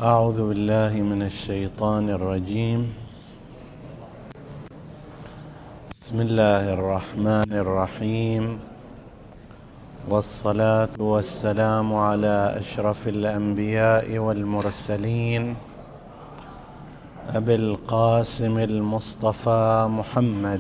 أعوذ بالله من الشيطان الرجيم. بسم الله الرحمن الرحيم، والصلاة والسلام على أشرف الأنبياء والمرسلين أبي القاسم المصطفى محمد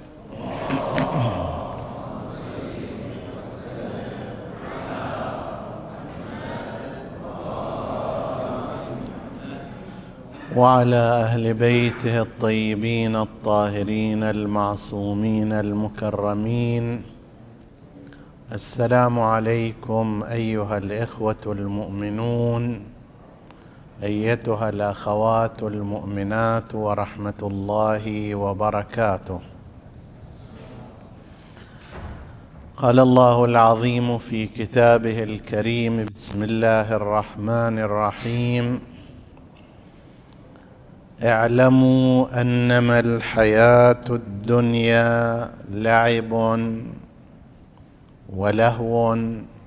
وعلى أهل بيته الطيبين الطاهرين المعصومين المكرمين. السلام عليكم أيها الإخوة المؤمنون، أيتها الأخوات المؤمنات، ورحمة الله وبركاته. قال الله العظيم في كتابه الكريم: بسم الله الرحمن الرحيم: اعلموا أنما الحياة الدنيا لعب ولهو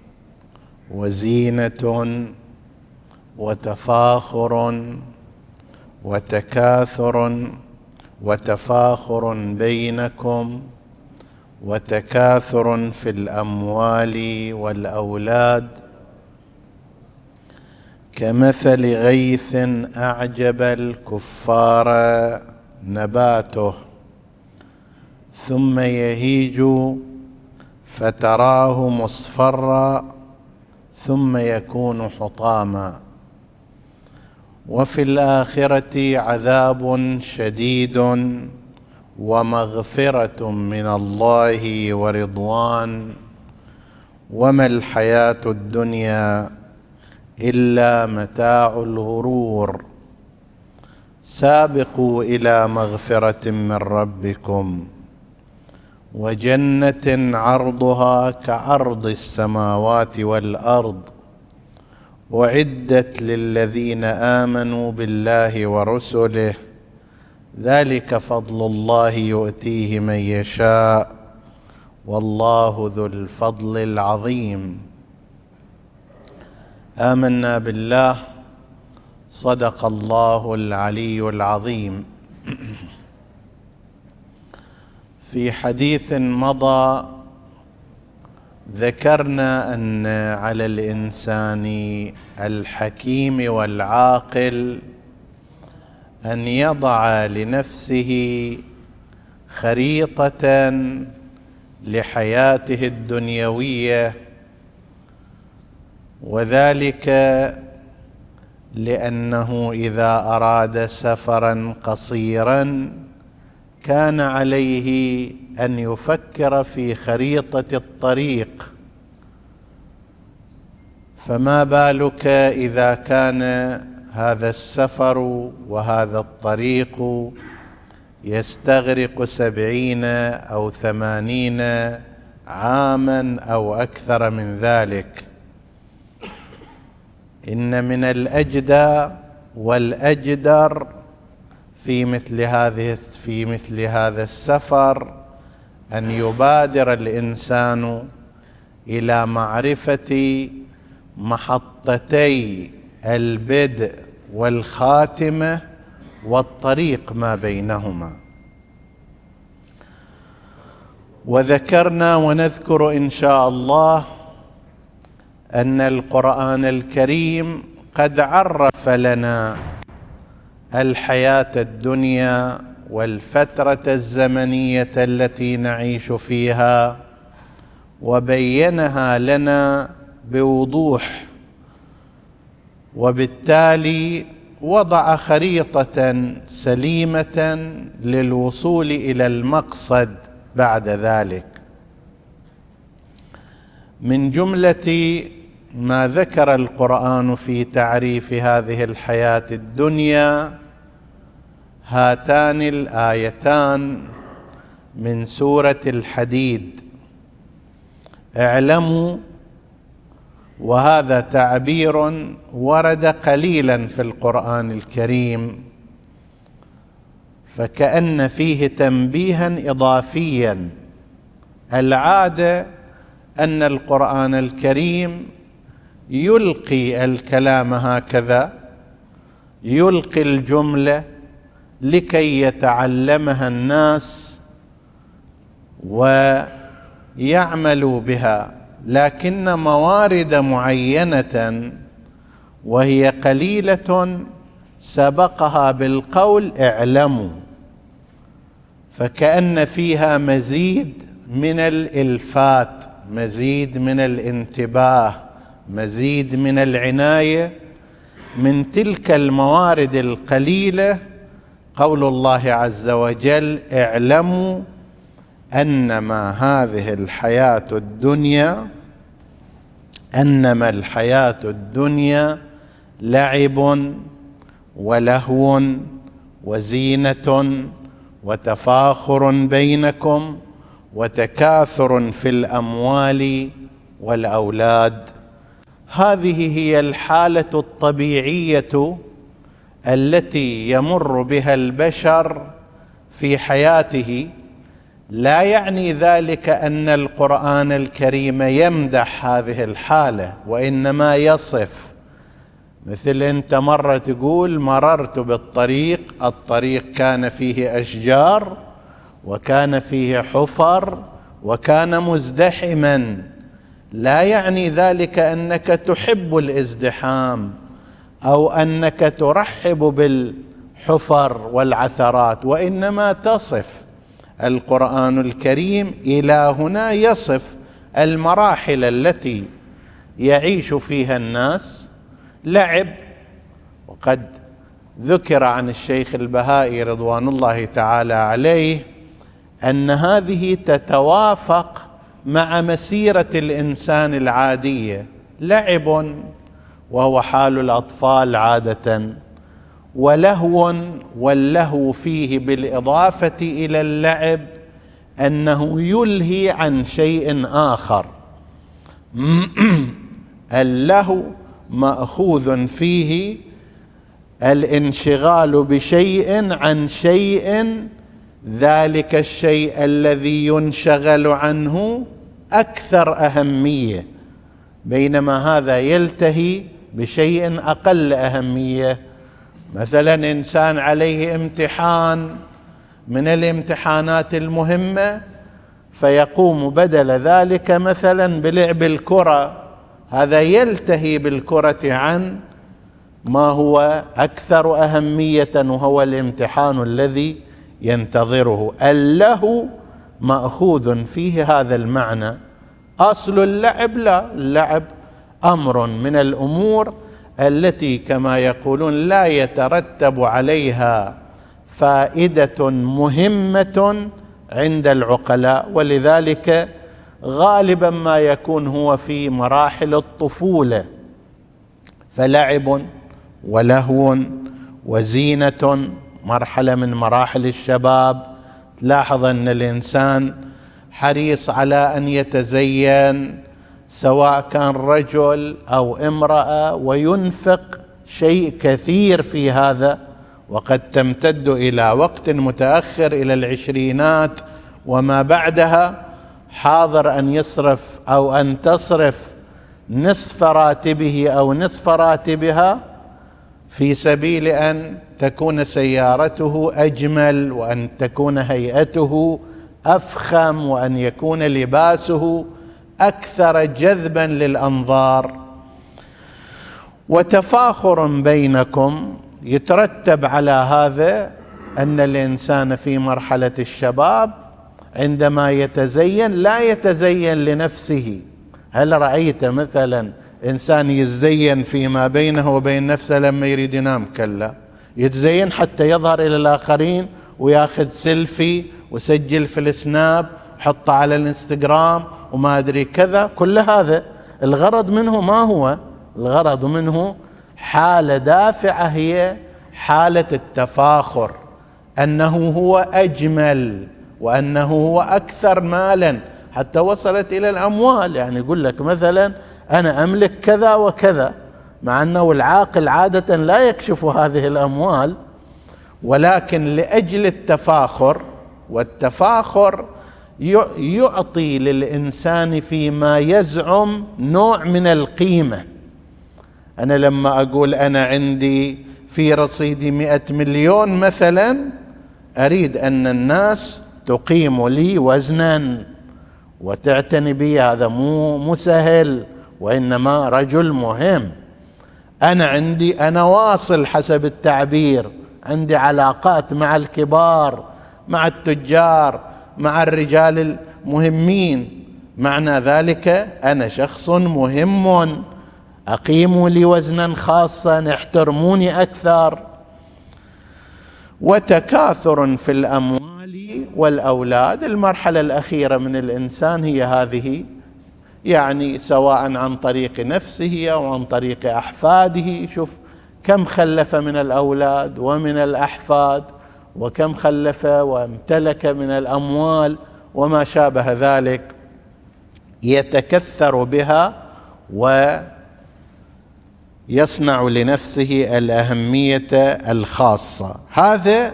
وزينة وتفاخر بينكم وتكاثر في الأموال والأولاد، كمثل غيث أعجب الكفار نباته ثم يهيج فتراه مصفرا ثم يكون حطاما، وفي الآخرة عذاب شديد ومغفرة من الله ورضوان، وما الحياة الدنيا إلا متاع الغرور. سابقوا إلى مغفرة من ربكم وجنة عرضها كعرض السماوات والأرض، أعدت للذين آمنوا بالله ورسله، ذلك فضل الله يؤتيه من يشاء، والله ذو الفضل العظيم. آمنا بالله، صدق الله العلي العظيم. في حديث مضى ذكرنا أن على الإنسان الحكيم والعاقل أن يضع لنفسه خريطة لحياته الدنيوية، وذلك لأنه إذا أراد سفرا قصيرا كان عليه أن يفكر في خريطة الطريق، فما بالك إذا كان هذا السفر وهذا الطريق يستغرق 70 أو 80 عاما أو أكثر من ذلك. إن من الأجدى والأجدر في مثل هذا السفر أن يبادر الإنسان إلى معرفة محطتي البدء والخاتمة والطريق ما بينهما. وذكرنا ونذكر إن شاء الله أن القرآن الكريم قد عرف لنا الحياة الدنيا والفترة الزمنية التي نعيش فيها، وبينها لنا بوضوح، وبالتالي وضع خريطة سليمة للوصول إلى المقصد بعد ذلك. من جملة ما ذكر القرآن في تعريف هذه الحياة الدنيا هاتان الآيتان من سورة الحديد: اعلموا، وهذا تعبير ورد قليلا في القرآن الكريم، فكأن فيه تنبيها إضافيا. العادة أن القرآن الكريم يلقي الكلام هكذا يلقي الجملة لكي يتعلمها الناس ويعملوا بها، لكن موارد معينة وهي قليلة سبقها بالقول اعلموا، فكأن فيها مزيد من الإلفات، مزيد من الانتباه، مزيد من العناية من تلك الموارد القليلة. قول الله عز وجل اعلموا أنما الحياة الدنيا لعب ولهو وزينة وتفاخر بينكم وتكاثر في الأموال والأولاد. هذه هي الحالة الطبيعية التي يمر بها البشر في حياته. لا يعني ذلك أن القرآن الكريم يمدح هذه الحالة، وإنما يصف. مثل أنت مرة تقول مررت بالطريق، الطريق كان فيه أشجار وكان فيه حفر وكان مزدحما، لا يعني ذلك أنك تحب الازدحام أو أنك ترحب بالحفر والعثرات، وإنما تصف. القرآن الكريم إلى هنا يصف المراحل التي يعيش فيها الناس لعب. وقد ذكر عن الشيخ البهائي رضوان الله تعالى عليه أن هذه تتوافق مع مسيرة الإنسان العادية، لعب وهو حال الأطفال عادة، ولهو، واللهو فيه بالإضافة إلى اللعب أنه يلهي عن شيء آخر. اللهو مأخوذ فيه الانشغال بشيء عن شيء، ذلك الشيء الذي ينشغل عنه أكثر أهمية، بينما هذا يلتهي بشيء أقل أهمية. مثلا إنسان عليه امتحان من الامتحانات المهمة، فيقوم بدل ذلك مثلا بلعب الكرة، هذا يلتهي بالكرة عن ما هو أكثر أهمية وهو الامتحان الذي ينتظره. اللهو مأخوذ فيه هذا المعنى. أصل اللعب لا، اللعب أمر من الأمور التي كما يقولون لا يترتب عليها فائدة مهمة عند العقلاء، ولذلك غالبا ما يكون هو في مراحل الطفولة، فلعب ولهو وزينة مرحلة من مراحل الشباب. تلاحظ أن الإنسان حريص على أن يتزين سواء كان رجل أو امرأة، وينفق شيء كثير في هذا، وقد تمتد إلى وقت متأخر إلى العشرينات وما بعدها، حاضر أن يصرف أو أن تصرف نصف راتبه أو نصف راتبها في سبيل أن تكون سيارته أجمل، وأن تكون هيئته أفخم، وأن يكون لباسه أكثر جذبا للأنظار. وتفاخر بينكم يترتب على هذا أن الإنسان في مرحلة الشباب عندما يتزين لا يتزين لنفسه. هل رأيت مثلا إنسان يتزين فيما بينه وبين نفسه لما يريد ينام؟ كلا، يتزين حتى يظهر إلى الآخرين وياخذ سيلفي وسجل في السناب وحطه على الانستغرام وما أدري كذا. كل هذا الغرض منه ما هو؟ الغرض منه حالة دافعة، هي حالة التفاخر، أنه هو أجمل وأنه هو أكثر مالا، حتى وصلت إلى الأموال. يعني يقول لك مثلا أنا أملك كذا وكذا، مع أنه العاقل عادة لا يكشف هذه الأموال، ولكن لأجل التفاخر. والتفاخر يعطي للإنسان فيما يزعم نوع من القيمة. أنا لما أقول أنا عندي في رصيدي 100 مليون مثلا، أريد أن الناس تقيم لي وزنا وتعتني بي. هذا مو سهل، وإنما رجل مهم. أنا واصل حسب التعبير، عندي علاقات مع الكبار، مع التجار، مع الرجال المهمين. معنى ذلك أنا شخص مهم، أقيموا لي وزنا خاصا، احترموني أكثر. وتكاثر في الأموال والأولاد. المرحلة الأخيرة من الإنسان هي هذه، يعني سواء عن طريق نفسه أو عن طريق أحفاده. شوف كم خلف من الأولاد ومن الأحفاد، وكم خلف وامتلك من الأموال وما شابه ذلك، يتكثر بها ويصنع لنفسه الأهمية الخاصة. هذا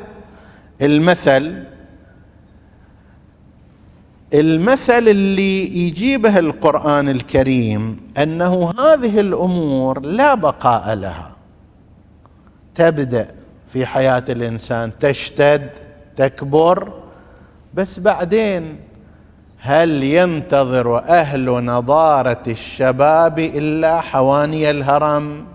المثل اللي يجيبه القرآن الكريم، أنه هذه الأمور لا بقاء لها، تبدأ في حياة الإنسان، تشتد، تكبر، بس بعدين هل ينتظر أهل نضارة الشباب إلا حواني الهرم؟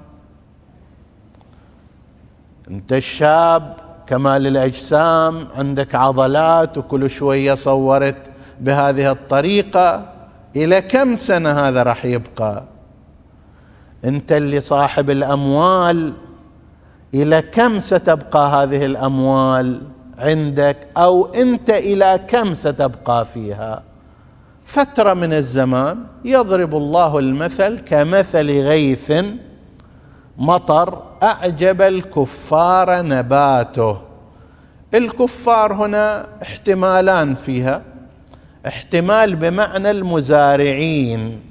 أنت الشاب كمال الأجسام، عندك عضلات، وكل شوية صورت بهذه الطريقة، إلى كم سنة هذا راح يبقى؟ أنت اللي صاحب الأموال، إلى كم ستبقى هذه الأموال عندك؟ أو أنت إلى كم ستبقى فيها؟ فترة من الزمان. يضرب الله المثل كمثل غيث مطر أعجب الكفار نباته. الكفار هنا احتمالان فيها، احتمال بمعنى المزارعين.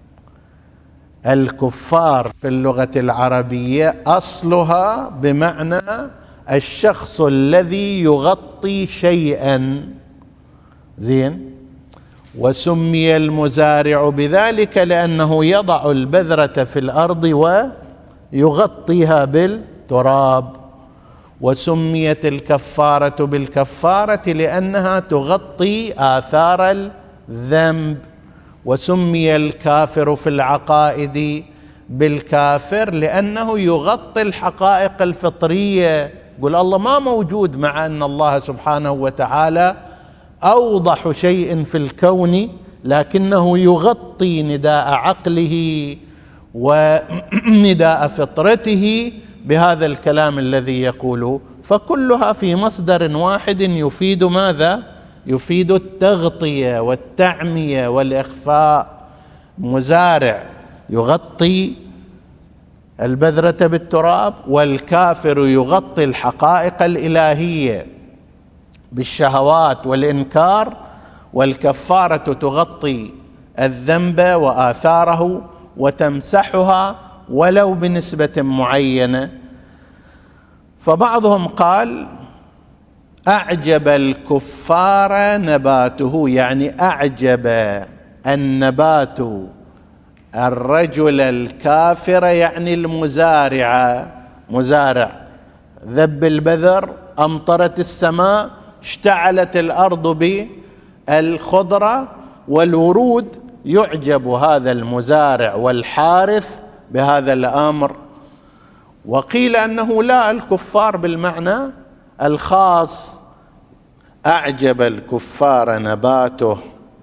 الكفار في اللغة العربية أصلها بمعنى الشخص الذي يغطي شيئا، زين. وسمي المزارع بذلك لأنه يضع البذرة في الأرض ويغطيها بالتراب. وسميت الكفارة بالكفارة لأنها تغطي آثار الذنب. وسمي الكافر في العقائد بالكافر لأنه يغطي الحقائق الفطرية. يقول الله ما موجود، مع أن الله سبحانه وتعالى أوضح شيء في الكون، لكنه يغطي نداء عقله ونداء فطرته بهذا الكلام الذي يقوله. فكلها في مصدر واحد يفيد ماذا؟ يفيد التغطية والتعمية والإخفاء. مزارع يغطي البذرة بالتراب، والكافر يغطي الحقائق الإلهية بالشهوات والإنكار، والكفارة تغطي الذنب وآثاره وتمسحها ولو بنسبة معينة. فبعضهم قال أعجب الكفار نباته، يعني أعجب النبات الرجل الكافر، يعني المزارع. مزارع ذب البذر، أمطرت السماء، اشتعلت الأرض بالخضرة والورود، يعجب هذا المزارع والحارث بهذا الأمر. وقيل أنه لا، الكفار بالمعنى الخاص. أعجب الكفار نباته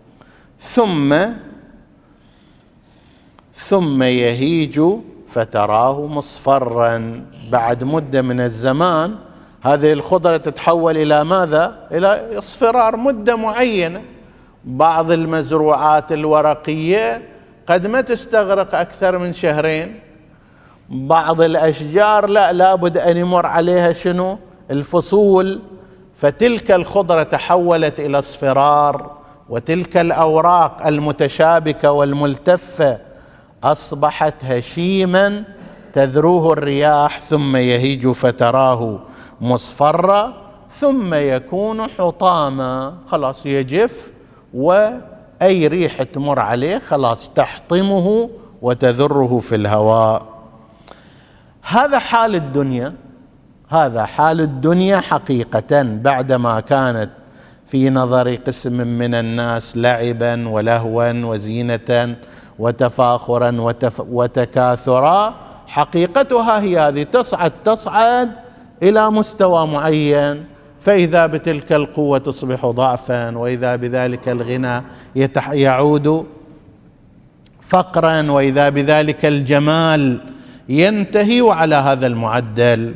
ثم يهيج فتراه مصفرا. بعد مدة من الزمان هذه الخضرة تتحول إلى ماذا؟ إلى اصفرار مدة معينة. بعض المزروعات الورقية قد ما تستغرق أكثر من شهرين. بعض الأشجار لابد أن يمر عليها شنو؟ الفصول. فتلك الخضرة تحولت إلى اصفرار، وتلك الأوراق المتشابكة والملتفة أصبحت هشيما تذروه الرياح. ثم يهيج فتراه مصفرا ثم يكون حطاما، خلاص يجف، وأي ريح تمر عليه خلاص تحطمه وتذره في الهواء. هذا حال الدنيا. هذا حال الدنيا حقيقة، بعدما كانت في نظر قسم من الناس لعبا ولهوا وزينة وتفاخرا وتكاثرا، حقيقتها هي هذه، تصعد إلى مستوى معين، فإذا بتلك القوة تصبح ضعفا، وإذا بذلك الغنى يعود فقرا، وإذا بذلك الجمال ينتهي، وعلى هذا المعدل.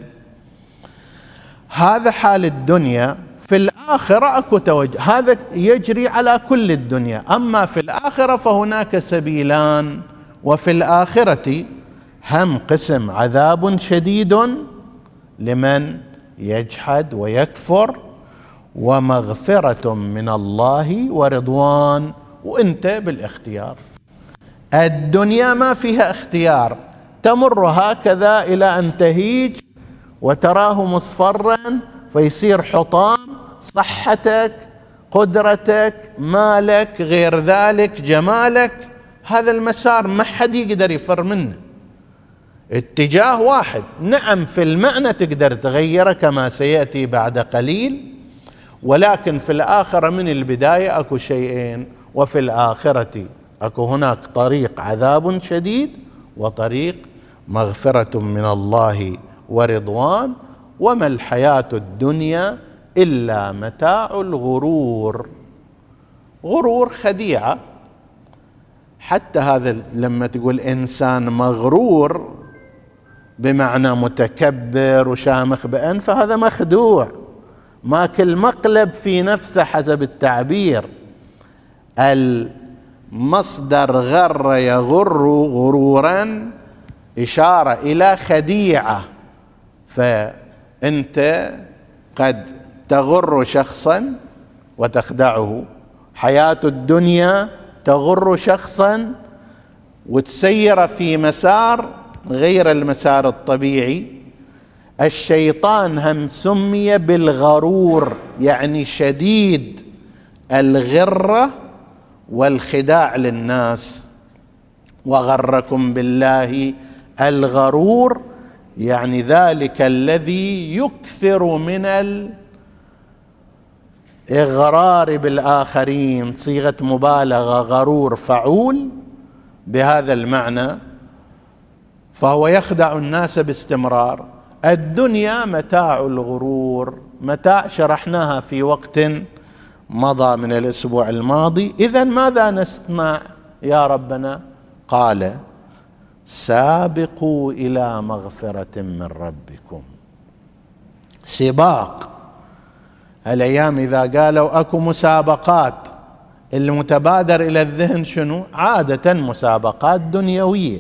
هذا حال الدنيا. في الآخرة أكو توجه، هذا يجري على كل الدنيا. أما في الآخرة فهناك سبيلان، وفي الآخرة هم قسم عذاب شديد لمن يجحد ويكفر، ومغفرة من الله ورضوان، وانت بالاختيار. الدنيا ما فيها اختيار، تمر هكذا إلى أن تهيج وتراه مصفرا فيصير حطام، صحتك، قدرتك، مالك، غير ذلك، جمالك، هذا المسار ما حد يقدر يفر منه، اتجاه واحد. نعم في المعنى تقدر تغيره كما سيأتي بعد قليل، ولكن في الآخرة من البداية أكو شيئين، وفي الآخرة أكو هناك طريق عذاب شديد وطريق مغفرة من الله ورضوان، وما الحياة الدنيا إلا متاع الغرور. غرور خديعة، حتى هذا لما تقول إنسان مغرور بمعنى متكبر وشامخ بأنف، هذا مخدوع، ماكل مقلب في نفسه حسب التعبير. المصدر غر يغر غرورا إشارة إلى خديعة، فأنت قد تغر شخصا وتخدعه، حياة الدنيا تغر شخصا وتسير في مسار غير المسار الطبيعي. الشيطان هم سمي بالغرور، يعني شديد الغرة والخداع للناس. وغركم بالله الغرور، يعني ذلك الذي يكثر من الإغرار بالآخرين، صيغة مبالغة، غرور فعول بهذا المعنى، فهو يخدع الناس باستمرار. الدنيا متاع الغرور، متاع شرحناها في وقت مضى من الأسبوع الماضي. إذن ماذا نصنع يا ربنا؟ قال سابقوا إلى مغفرة من ربكم. سباق. الأيام إذا قالوا أكو مسابقات، المتبادر إلى الذهن شنو؟ عادة مسابقات دنيوية،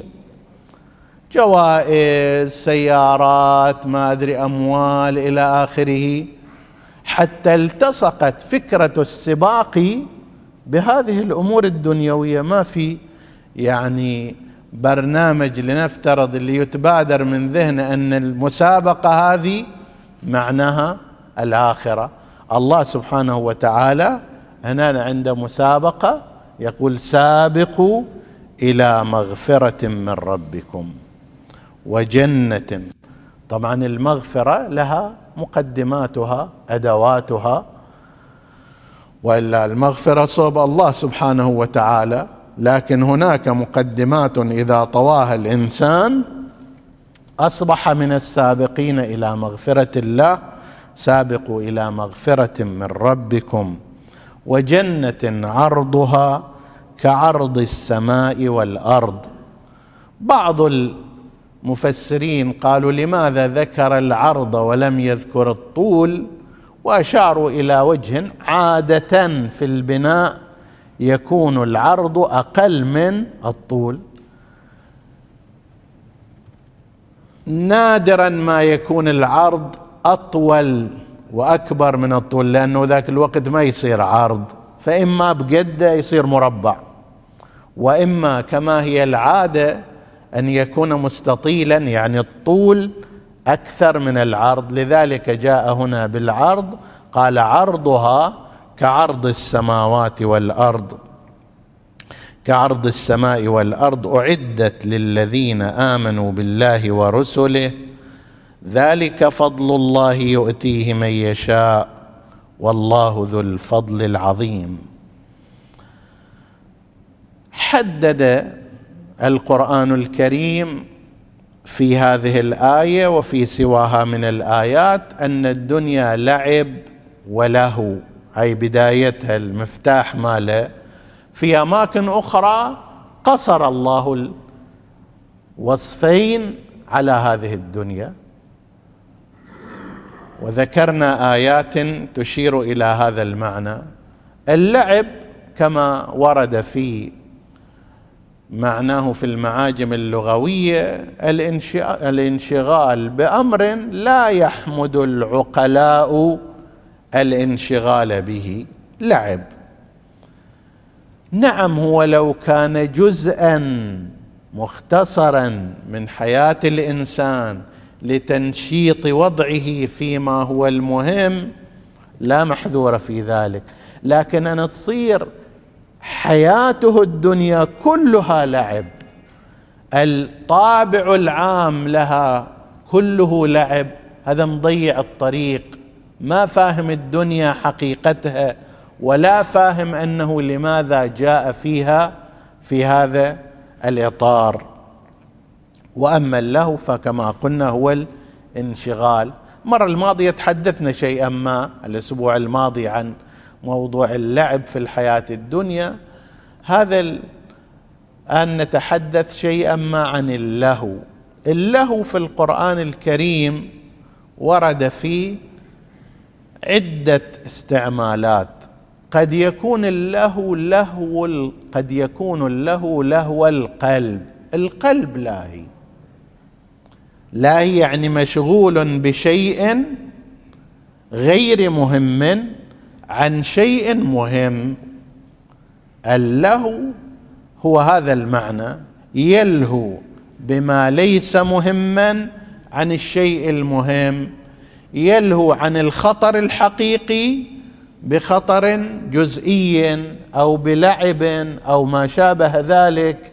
جوائز، سيارات، ما أدري، أموال إلى آخره، حتى التصقت فكرة السباق بهذه الأمور الدنيوية. ما في يعني برنامج لنفترض اللي يتبادر من ذهن أن المسابقة هذه معناها الآخرة. الله سبحانه وتعالى هنا عند مسابقة يقول سابقوا إلى مغفرة من ربكم وجنة. طبعا المغفرة لها مقدماتها، أدواتها، وإلا المغفرة صوب الله سبحانه وتعالى، لكن هناك مقدمات إذا طواها الإنسان أصبح من السابقين إلى مغفرة الله. سابقوا إلى مغفرة من ربكم وجنة عرضها كعرض السماء والأرض. بعض المفسرين قالوا لماذا ذكر العرض ولم يذكر الطول، وأشاروا إلى وجه. عادة في البناء يكون العرض أقل من الطول، نادرا ما يكون العرض أطول وأكبر من الطول، لأنه ذاك الوقت ما يصير عرض، فإما بقده يصير مربع، وإما كما هي العادة أن يكون مستطيلا، يعني الطول أكثر من العرض. لذلك جاء هنا بالعرض، قال عرضها كعرض السماوات والأرض، كعرض السماء والأرض، أعدت للذين آمنوا بالله ورسله ذلك فضل الله يؤتيه من يشاء والله ذو الفضل العظيم. حدد القرآن الكريم في هذه الآية وفي سواها من الآيات أن الدنيا لعب ولهو، أي بدايتها المفتاح ماله. في أماكن أخرى قصر الله الوصفين على هذه الدنيا، وذكرنا آيات تشير إلى هذا المعنى. اللعب كما ورد في معناه في المعاجم اللغوية الانشغال بأمر لا يحمد العقلاء الانشغال به لعب. نعم، هو لو كان جزءا مختصرا من حياة الإنسان لتنشيط وضعه فيما هو المهم لا محذور في ذلك، لكن أن تصير حياته الدنيا كلها لعب، الطابع العام لها كله لعب، هذا مضيع الطريق، ما فاهم الدنيا حقيقتها ولا فاهم أنه لماذا جاء فيها في هذا الإطار. وأما اللهو فكما قلنا هو الانشغال. المرة الماضية تحدثنا شيئا ما الأسبوع الماضي عن موضوع اللعب في الحياة الدنيا، هذا الآن نتحدث شيئا ما عن اللهو. اللهو في القرآن الكريم ورد فيه عدة استعمالات. قد يكون اللهو لهو القلب. القلب لاهي يعني مشغول بشيء غير مهم عن شيء مهم. اللهو هو هذا المعنى، يلهو بما ليس مهما عن الشيء المهم، يلهو عن الخطر الحقيقي بخطر جزئي أو بلعب أو ما شابه ذلك.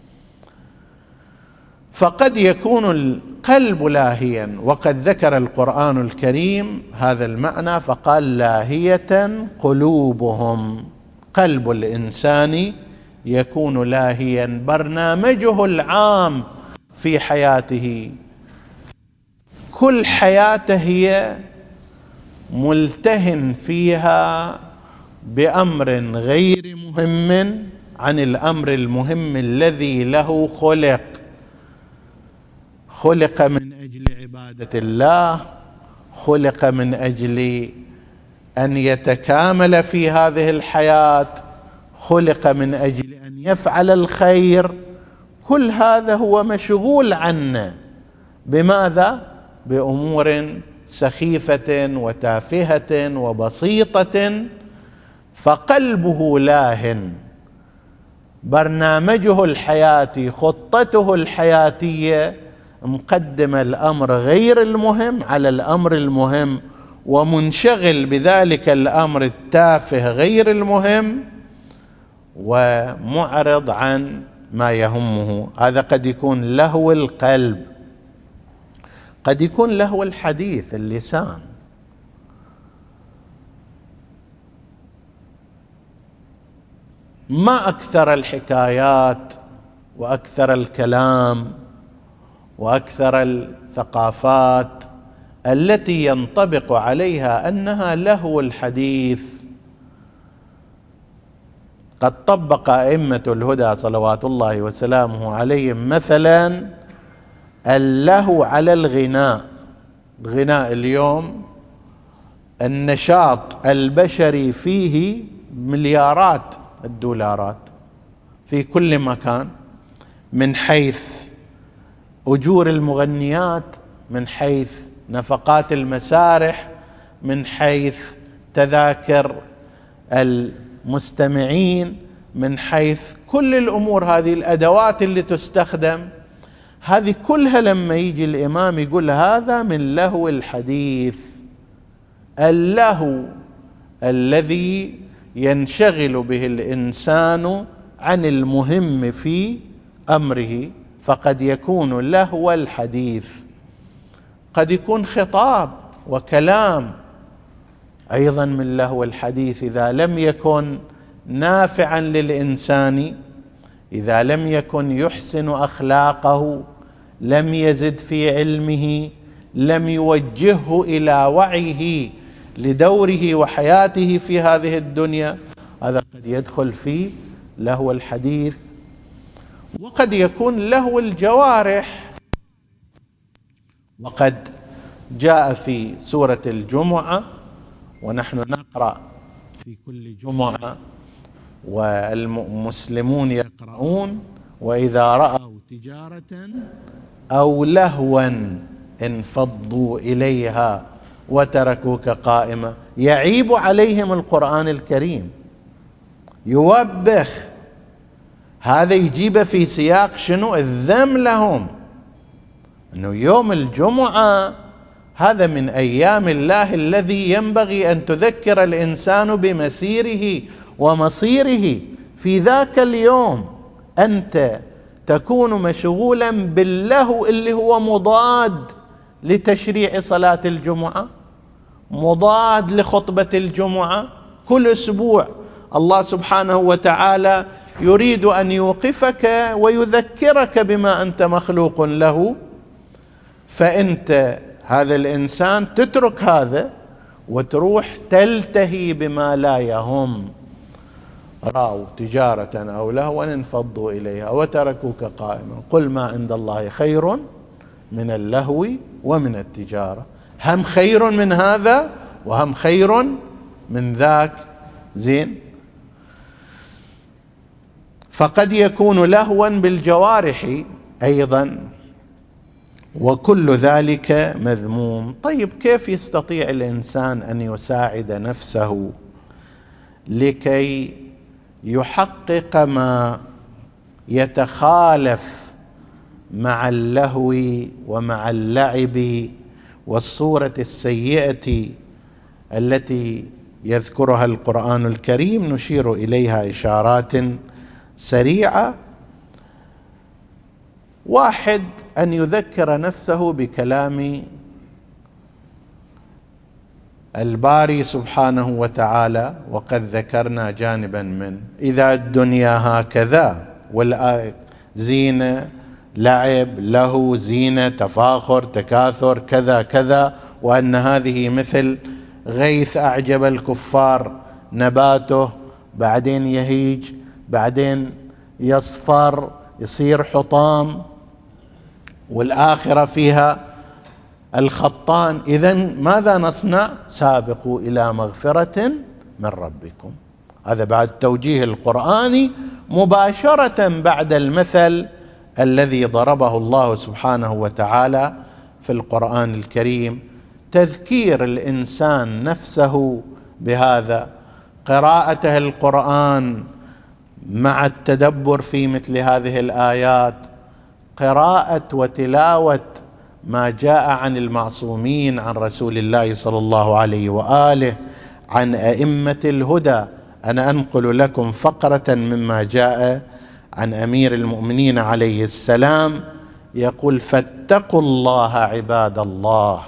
فقد يكون القلب لاهيا، وقد ذكر القرآن الكريم هذا المعنى فقال لاهية قلوبهم. قلب الإنسان يكون لاهيا، برنامجه العام في حياته كل حياته هي ملتهن فيها بأمر غير مهم عن الأمر المهم الذي له خلق من أجل عبادة الله، خلق من أجل أن يتكامل في هذه الحياة، خلق من أجل أن يفعل الخير. كل هذا هو مشغول عنه. بماذا؟ بأمور سخيفة وتافهة وبسيطة. فقلبه لاهٍ، برنامجه الحياتي، خطته الحياتية مقدم الأمر غير المهم على الأمر المهم، ومنشغل بذلك الأمر التافه غير المهم ومعرض عن ما يهمه. هذا قد يكون لهو القلب. قد يكون لهو الحديث، اللسان. ما أكثر الحكايات وأكثر الكلام وأكثر الثقافات التي ينطبق عليها أنها لهو الحديث. قد طبق أئمة الهدى صلوات الله وسلامه عليهم مثلا اللهو على الغناء. الغناء اليوم النشاط البشري فيه مليارات الدولارات في كل مكان، من حيث أجور المغنيات، من حيث نفقات المسارح، من حيث تذاكر المستمعين، من حيث كل الأمور. هذه الأدوات اللي تستخدم، هذه كلها لما يجي الإمام يقول هذا من لهو الحديث. اللهو الذي ينشغل به الإنسان عن المهم في أمره، فقد يكون لهو الحديث. قد يكون خطاب وكلام أيضا من لهو الحديث إذا لم يكن نافعا للإنسان، إذا لم يكن يحسن أخلاقه، لم يزد في علمه، لم يوجهه إلى وعيه لدوره وحياته في هذه الدنيا، هذا قد يدخل في لهو الحديث. وقد يكون لهو الجوارح، وقد جاء في سورة الجمعة، ونحن نقرأ في كل جمعة والمسلمون يقرؤون: وإذا رأوا تجارة أو لهوا انفضوا إليها وتركوك قائمة. يعيب عليهم القرآن الكريم، يوبخ، هذا يجيب في سياق شنو؟ الذم لهم، أنه يوم الجمعة هذا من أيام الله الذي ينبغي أن تذكر الإنسان بمسيره ومصيره. في ذاك اليوم أنت تكون مشغولا باللهو اللي هو مضاد لتشريع صلاة الجمعة، مضاد لخطبة الجمعة. كل أسبوع الله سبحانه وتعالى يريد أن يوقفك ويذكرك بما أنت مخلوق له، فأنت هذا الإنسان تترك هذا وتروح تلتهي بما لا يهم. رأوا تجارة أو لهوا انفضوا إليها وتركوك قائما قل ما عند الله خير من اللهو ومن التجارة. هم خير من هذا وهم خير من ذاك. زين. فقد يكون لهوا بالجوارح أيضا، وكل ذلك مذموم. طيب كيف يستطيع الإنسان أن يساعد نفسه لكي يحقق ما يتخالف مع اللهو ومع اللعب والصورة السيئة التي يذكرها القرآن الكريم؟ نشير إليها إشارات سريعة. واحد، أن يذكر نفسه بكلام الباري سبحانه وتعالى، وقد ذكرنا جانبا من إذا الدنيا هكذا، والآية زينة، لعب، له، زينة، تفاخر، تكاثر، كذا كذا، وأن هذه مثل غيث أعجب الكفار نباته، بعدين يهيج، بعدين يصفر، يصير حطام، والآخرة فيها الخطان. إذن ماذا نصنع؟ سابقوا إلى مغفرة من ربكم. هذا بعد توجيه القرآني مباشرة بعد المثل الذي ضربه الله سبحانه وتعالى في القرآن الكريم. تذكير الإنسان نفسه بهذا، قراءته القرآن مع التدبر في مثل هذه الآيات، قراءة وتلاوة ما جاء عن المعصومين، عن رسول الله صلى الله عليه وآله، عن أئمة الهدى. أنا أنقل لكم فقرة مما جاء عن أمير المؤمنين عليه السلام، يقول: فاتقوا الله عباد الله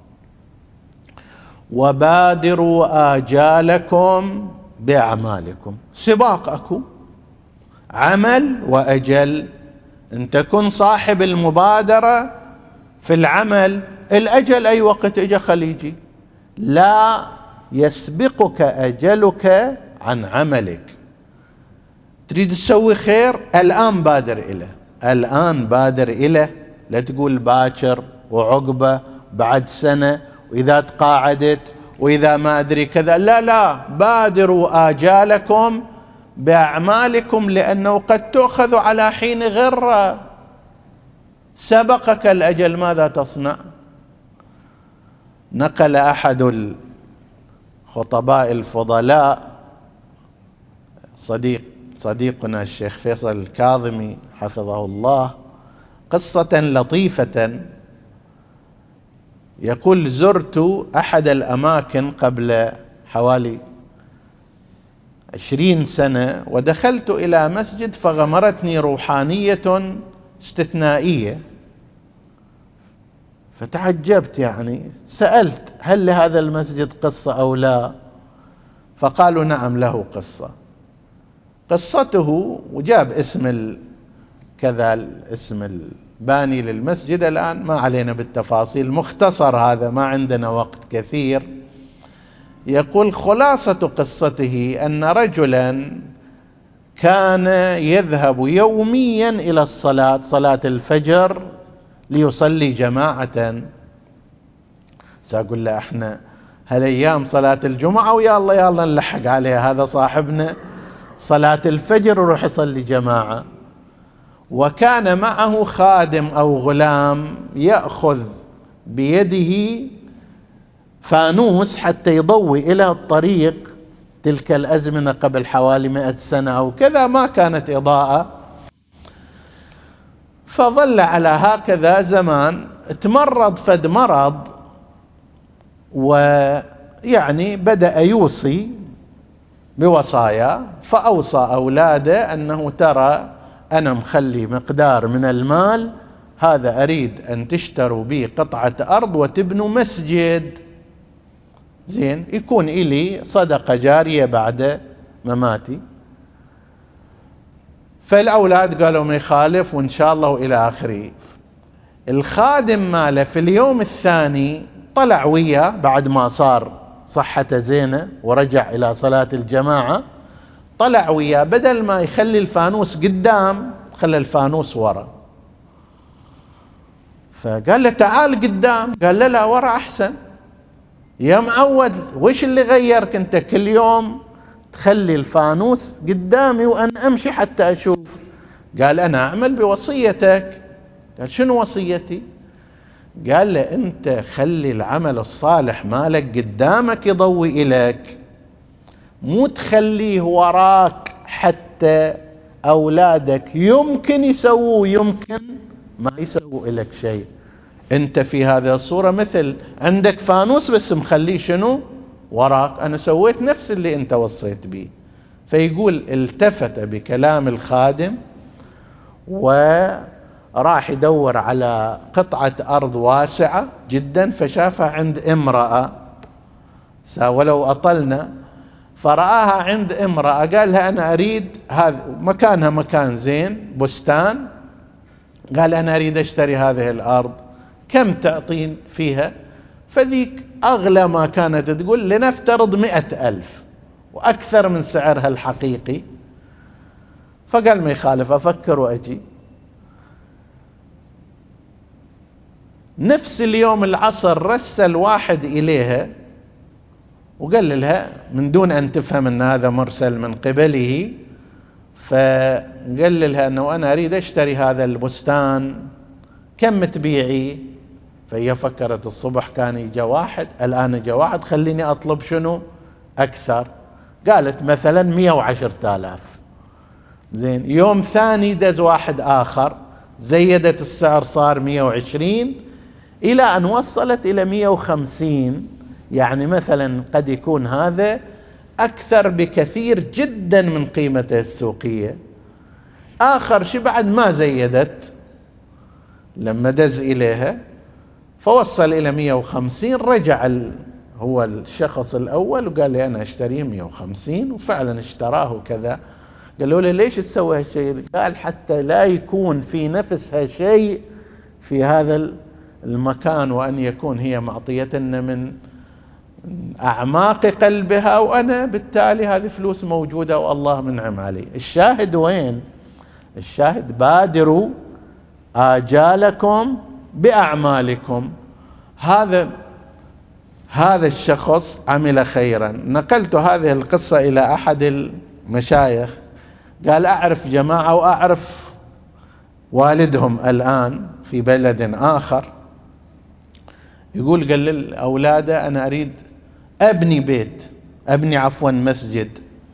وبادروا آجالكم بأعمالكم. سباق أكو، عمل وأجل. أنت كن صاحب المبادرة في العمل، الأجل أي وقت إجا خليجي، لا يسبقك أجلك عن عملك. تريد تسوي خير الآن بادر إليه، الآن بادر إليه، لا تقول باكر وعقبة بعد سنة وإذا تقاعدت وإذا ما أدري كذا. لا لا، بادروا آجالكم بأعمالكم، لأنه قد تؤخذ على حين غرة. سبقك الأجل، ماذا تصنع؟ نقل أحد الخطباء الفضلاء صديقنا الشيخ فيصل الكاظمي حفظه الله قصة لطيفة. يقول: زرت أحد الأماكن قبل حوالي 20 سنة، ودخلت إلى مسجد فغمرتني روحانية استثنائية. فتعجبت، يعني سألت هل لهذا المسجد قصة أو لا؟ فقالوا نعم له قصة. قصته، وجاب اسم كذا الاسم الباني للمسجد، الآن ما علينا بالتفاصيل، مختصر هذا، ما عندنا وقت كثير. يقول خلاصة قصته أن رجلا كان يذهب يوميا إلى صلاة الفجر ليصلي جماعة. سأقول له احنا هالأيام صلاة الجمعة ويا الله يا الله نلحق عليها، هذا صاحبنا صلاة الفجر وروح يصلي جماعة. وكان معه خادم أو غلام يأخذ بيده فانوس حتى يضوي إلى الطريق. تلك الأزمنة قبل حوالي 100 سنة أو كذا ما كانت إضاءة. فظل على هكذا زمان، تمرض فد مرض، ويعني بدأ يوصي بوصايا، فأوصى أولاده أنه ترى أنا مخلي مقدار من المال هذا أريد أن تشتروا به قطعة أرض وتبنوا مسجد، زين، يكون إلي صدقة جارية بعد مماتي. فالأولاد قالوا ما يخالف وإن شاء الله إلى آخره. الخادم ماله في اليوم الثاني طلع وياه بعد ما صار صحته زينة ورجع إلى صلاة الجماعة، طلع وياه بدل ما يخلي الفانوس قدام خلى الفانوس ورا. فقال له تعال قدام، قال له لا ورا أحسن. يا معود وش اللي غيرك أنت كل يوم تخلي الفانوس قدامي وأنا أمشي حتى أشوف؟ قال أنا أعمل بوصيتك. قال شنو وصيتي؟ قال له أنت خلي العمل الصالح مالك قدامك يضوي إليك، مو تخليه وراك حتى أولادك يمكن يسووا يمكن ما يسووا إليك شيء. أنت في هذه الصورة مثل عندك فانوس بس مخليه شنو وراك، أنا سويت نفس اللي أنت وصيت به. فيقول التفت بكلام الخادم وراح يدور على قطعة أرض واسعة جدا، فشافها عند امرأة ولو أطلنا، فرآها عند امرأة، قال لها أنا أريد هذا مكانها مكان زين بستان، قال أنا أريد أشتري هذه الأرض، كم تعطين فيها؟ فذيك أغلى ما كانت تقول لنفترض 100,000 وأكثر من سعرها الحقيقي. فقال ما يخالف أفكر وأجي. نفس اليوم العصر رسل واحد إليها وقال لها من دون أن تفهم أن هذا مرسل من قبله، فقال لها أنه أنا أريد أشتري هذا البستان، كم تبيعي؟ فهي فكرت الصبح كان يجي واحد، الآن جاء واحد، خليني أطلب شنو أكثر. قالت مثلا 110,000. زين، يوم ثاني دز واحد آخر، زيدت السعر صار 120 إلى أن وصلت إلى 150. يعني مثلا قد يكون هذا أكثر بكثير جدا من قيمته السوقية. آخر شيء بعد ما زيدت لما دز إليها فوصل إلى 150. رجع هو الشخص الأول وقال لي أنا أشتريه 150، وفعلا اشتراه كذا. قالوا له ليش تسوي هالشيء؟ قال حتى لا يكون في نفسها شيء في هذا المكان، وأن يكون هي معطيتنا من أعماق قلبها، وأنا بالتالي هذه فلوس موجودة والله منعم علي. الشاهد وين؟ الشاهد بادروا آجالكم بأعمالكم. هذا الشخص عمل خيرا. نقلت هذه القصة إلى أحد المشايخ، قال أعرف جماعة وأعرف والدهم الآن في بلد آخر، يقول قال لأولاده أنا أريد أبني بيت، أبني مسجد.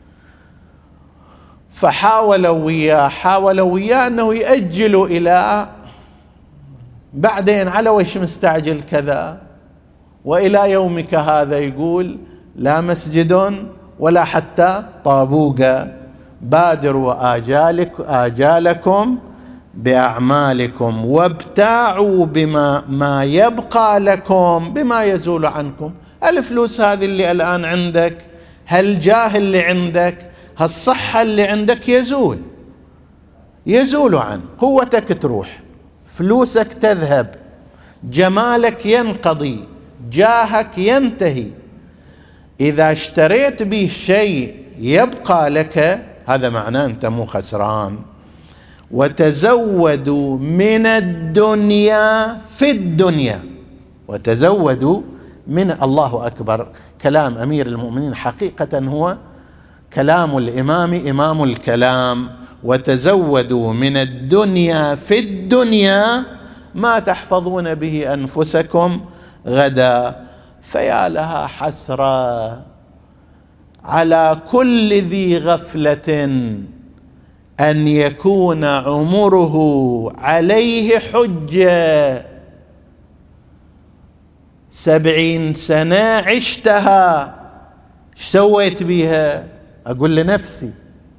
حاولوا وياه أنه يأجلوا إلى بعدين، على وش مستعجل كذا، وإلى يومك هذا يقول لا مسجد ولا حتى طابوقة. بادروا آجالكم بأعمالكم وابتاعوا ما يبقى لكم بما يزول عنكم. الفلوس هذه اللي الآن عندك، هالجاه اللي عندك، هالصحة اللي عندك يزول عنك، قوتك تروح، فلوسك تذهب، جمالك ينقضي، جاهك ينتهي. إذا اشتريت به شيء يبقى لك، هذا معناه أنت مو خسران. وتزودوا من الدنيا في الدنيا، وتزودوا من، الله أكبر، كلام أمير المؤمنين حقيقة هو كلام الإمام، إمام الكلام. وتزودوا من الدنيا في الدنيا ما تحفظون به أنفسكم غدا. فيا لها حسرة على كل ذي غفلة أن يكون عمره عليه حجة. 70 سنة عشتها، ايش سويت بيها؟ أقول لنفسي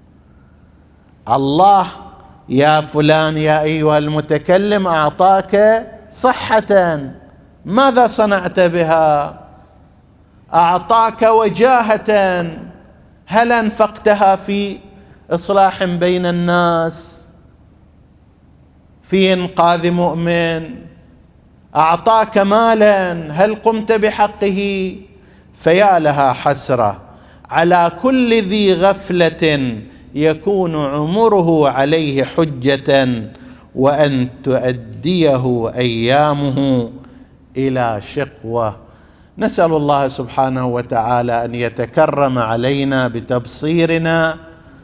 الله يا فلان يا أيها المتكلم أعطاك صحة، ماذا صنعت بها؟ أعطاك وجاهة، هل أنفقتها في إصلاح بين الناس، في إنقاذ مؤمن؟ أعطاك مالا، هل قمت بحقه؟ فيا لها حسرة على كل ذي غفلة يكون عمره عليه حجة وأن تؤديه أيامه إلى شقوة. نسأل الله سبحانه وتعالى أن يتكرم علينا بتبصيرنا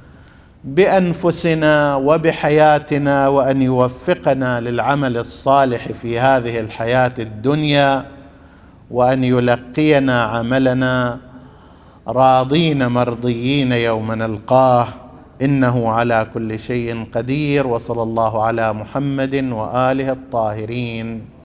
بأنفسنا وبحياتنا، وأن يوفقنا للعمل الصالح في هذه الحياة الدنيا، وأن يلقينا عملنا راضين مرضيين يوم نلقاه، إنه على كل شيء قدير. وصلى الله على محمد وآله الطاهرين.